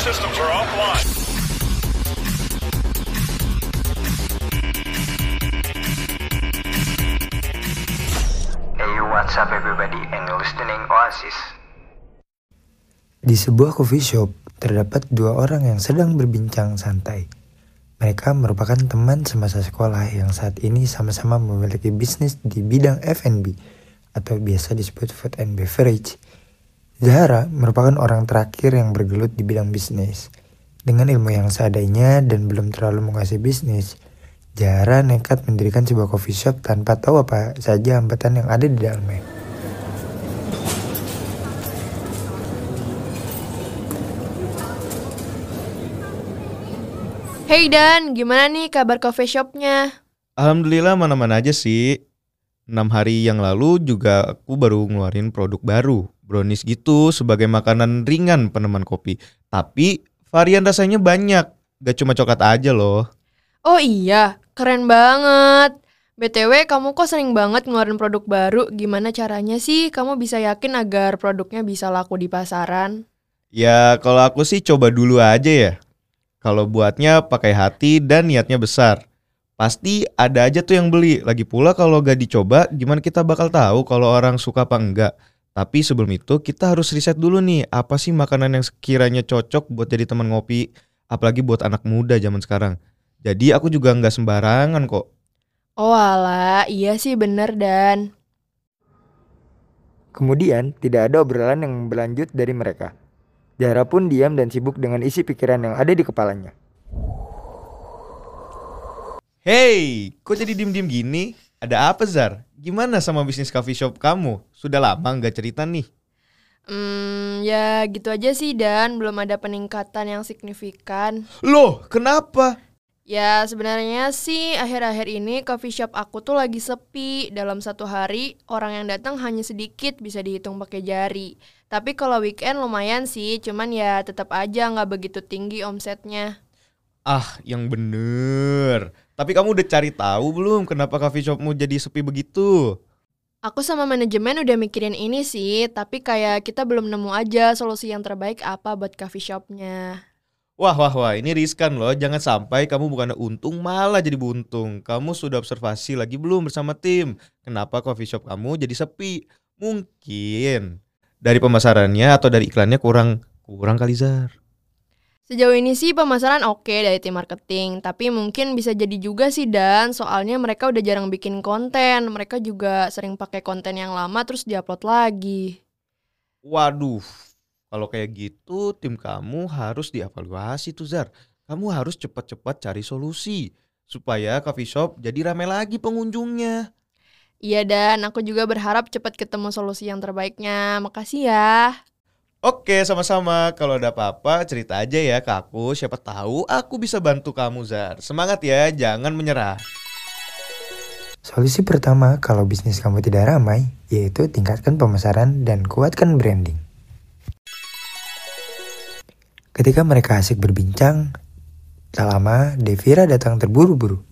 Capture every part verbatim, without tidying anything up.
systems are offline. Hey, what's up everybody and you're listening Oasis. Di sebuah coffee shop, terdapat dua orang yang sedang berbincang santai. Mereka merupakan teman semasa sekolah yang saat ini sama-sama memiliki bisnis di bidang F and B atau biasa disebut food and beverage. Zahara merupakan orang terakhir yang bergelut di bidang bisnis. Dengan ilmu yang seadanya dan belum terlalu menguasai bisnis, Zahara nekat mendirikan sebuah coffee shop tanpa tahu apa saja hambatan yang ada di dalamnya. Hey Dan, gimana nih kabar coffee shopnya? Alhamdulillah mana-mana aja sih. enam hari yang lalu juga aku baru ngeluarin produk baru, brownies gitu sebagai makanan ringan peneman kopi. Tapi varian rasanya banyak, gak cuma coklat aja loh. Oh iya, keren banget. B T W kamu kok sering banget ngeluarin produk baru, gimana caranya sih kamu bisa yakin agar produknya bisa laku di pasaran? Ya kalau aku sih coba dulu aja ya. Kalau buatnya pakai hati dan niatnya besar, pasti ada aja tuh yang beli. Lagi pula kalau gak dicoba, gimana kita bakal tahu kalau orang suka apa enggak? Tapi sebelum itu kita harus riset dulu nih, apa sih makanan yang sekiranya cocok buat jadi teman ngopi, apalagi buat anak muda zaman sekarang. Jadi aku juga gak sembarangan kok. Oh alah, iya sih bener Dan. Kemudian tidak ada obrolan yang berlanjut dari mereka. Zahara pun diam dan sibuk dengan isi pikiran yang ada di kepalanya. Hey, kok jadi diem-diem gini? Ada apa Zar? Gimana sama bisnis coffee shop kamu? Sudah lama gak cerita nih? Hmm, ya gitu aja sih Dan, belum ada peningkatan yang signifikan. Loh, kenapa? Ya sebenarnya sih akhir-akhir ini coffee shop aku tuh lagi sepi. Dalam satu hari orang yang datang hanya sedikit, bisa dihitung pakai jari. Tapi kalau weekend lumayan sih, cuman ya tetap aja gak begitu tinggi omsetnya. Ah, yang bener. Tapi kamu udah cari tahu belum kenapa coffee shopmu jadi sepi begitu? Aku sama manajemen udah mikirin ini sih, tapi kayak kita belum nemu aja solusi yang terbaik apa buat coffee shopnya. Wah, wah, wah, ini riskan loh. Jangan sampai kamu bukannya untung malah jadi buntung. Kamu sudah observasi lagi belum bersama tim? Kenapa coffee shop kamu jadi sepi? Mungkin dari pemasarannya atau dari iklannya kurang kurang kali Zar. Sejauh ini sih pemasaran oke dari tim marketing, tapi mungkin bisa jadi juga sih Dan, soalnya mereka udah jarang bikin konten. Mereka juga sering pakai konten yang lama terus diupload lagi. Waduh, kalau kayak gitu tim kamu harus dievaluasi tuh Zar. Kamu harus cepat-cepat cari solusi supaya coffee shop jadi ramai lagi pengunjungnya. Iya Dan, aku juga berharap cepat ketemu solusi yang terbaiknya. Makasih ya. Oke, sama-sama. Kalau ada apa-apa cerita aja ya ke aku. Siapa tahu aku bisa bantu kamu Zar. Semangat ya, jangan menyerah. Solusi pertama kalau bisnis kamu tidak ramai, yaitu tingkatkan pemasaran dan kuatkan branding. Ketika mereka asik berbincang, tak lama Devira datang terburu-buru.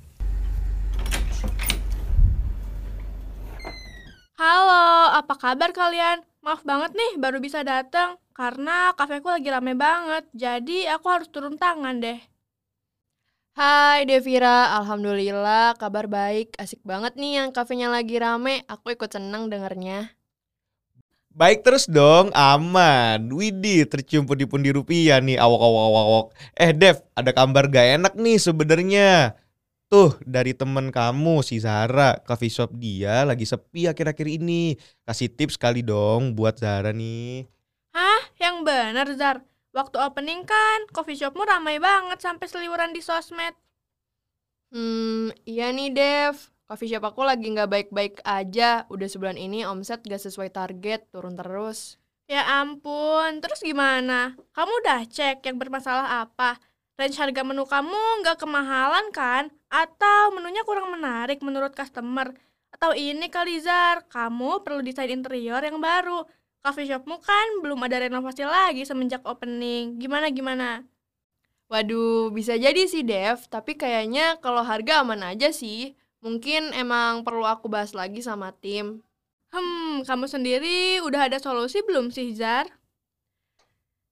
Halo, apa kabar kalian? Maaf banget nih baru bisa datang karena kafeku lagi rame banget. Jadi aku harus turun tangan deh. Hai Devira, alhamdulillah kabar baik. Asik banget nih yang kafenya lagi rame. Aku ikut seneng dengernya. Baik terus dong, aman. Widih, tercium pundi-pundi rupiah nih, awok awok awok awok. Eh Dev, ada kabar gak enak nih sebenarnya. Tuh, dari temen kamu si Zahara, coffee shop dia lagi sepi akhir-akhir ini. Kasih tips kali dong buat Zahara nih. Hah? Yang bener Zar? Waktu opening kan coffee shopmu ramai banget sampai seliweran di sosmed. Hmm, iya nih Dev. Coffee shop aku lagi gak baik-baik aja. Udah sebulan ini omset gak sesuai target, turun terus. Ya ampun, terus gimana? Kamu udah cek yang bermasalah apa? Range harga menu kamu nggak kemahalan kan? Atau menunya kurang menarik menurut customer? Atau ini kali Zar, kamu perlu desain interior yang baru. Coffee shopmu kan belum ada renovasi lagi semenjak opening. Gimana-gimana? Waduh, bisa jadi sih Dev. Tapi kayaknya kalau harga aman aja sih. Mungkin emang perlu aku bahas lagi sama tim. Hmm, kamu sendiri udah ada solusi belum sih Zar?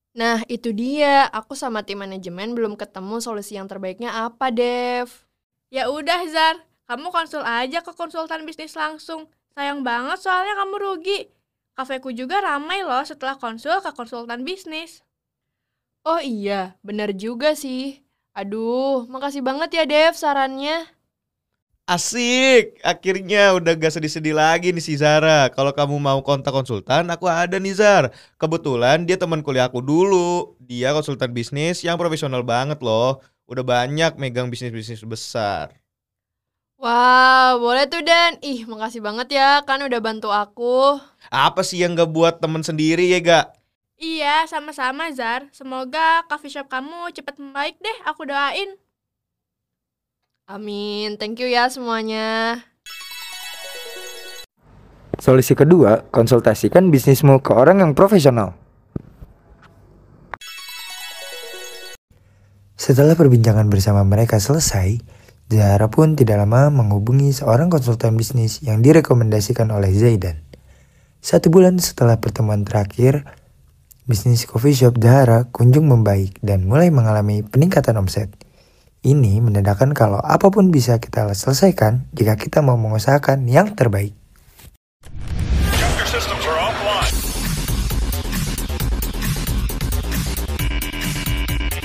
Nah, itu dia. Aku sama tim manajemen belum ketemu solusi yang terbaiknya apa, Dev. Ya udah Zar, kamu konsul aja ke konsultan bisnis langsung. Sayang banget soalnya kamu rugi. Kafeku juga ramai loh setelah konsul ke konsultan bisnis. Oh iya, benar juga sih. Aduh, makasih banget ya Dev sarannya. Asik, akhirnya udah gak sedih-sedih lagi nih si Zara. Kalau kamu mau kontak konsultan, aku ada nih Zar. Kebetulan dia teman kuliah aku dulu. Dia konsultan bisnis yang profesional banget loh. Udah banyak megang bisnis-bisnis besar. Wah, boleh tuh Dan. Ih, makasih banget ya, kan udah bantu aku. Apa sih yang gak buat temen sendiri ya gak? Iya, sama-sama Zar. Semoga coffee shop kamu cepat membaik deh, aku doain. Amin, thank you ya semuanya. Solusi kedua, konsultasikan bisnismu ke orang yang profesional. Setelah perbincangan bersama mereka selesai, Zahra pun tidak lama menghubungi seorang konsultan bisnis yang direkomendasikan oleh Zaidan. Satu bulan setelah pertemuan terakhir, bisnis coffee shop Zahra kunjung membaik dan mulai mengalami peningkatan omset. Ini menandakan kalau apapun bisa kita selesaikan jika kita mau mengusahakan yang terbaik.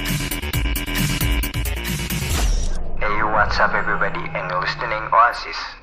Hey, what's up everybody and you're listening Oasis.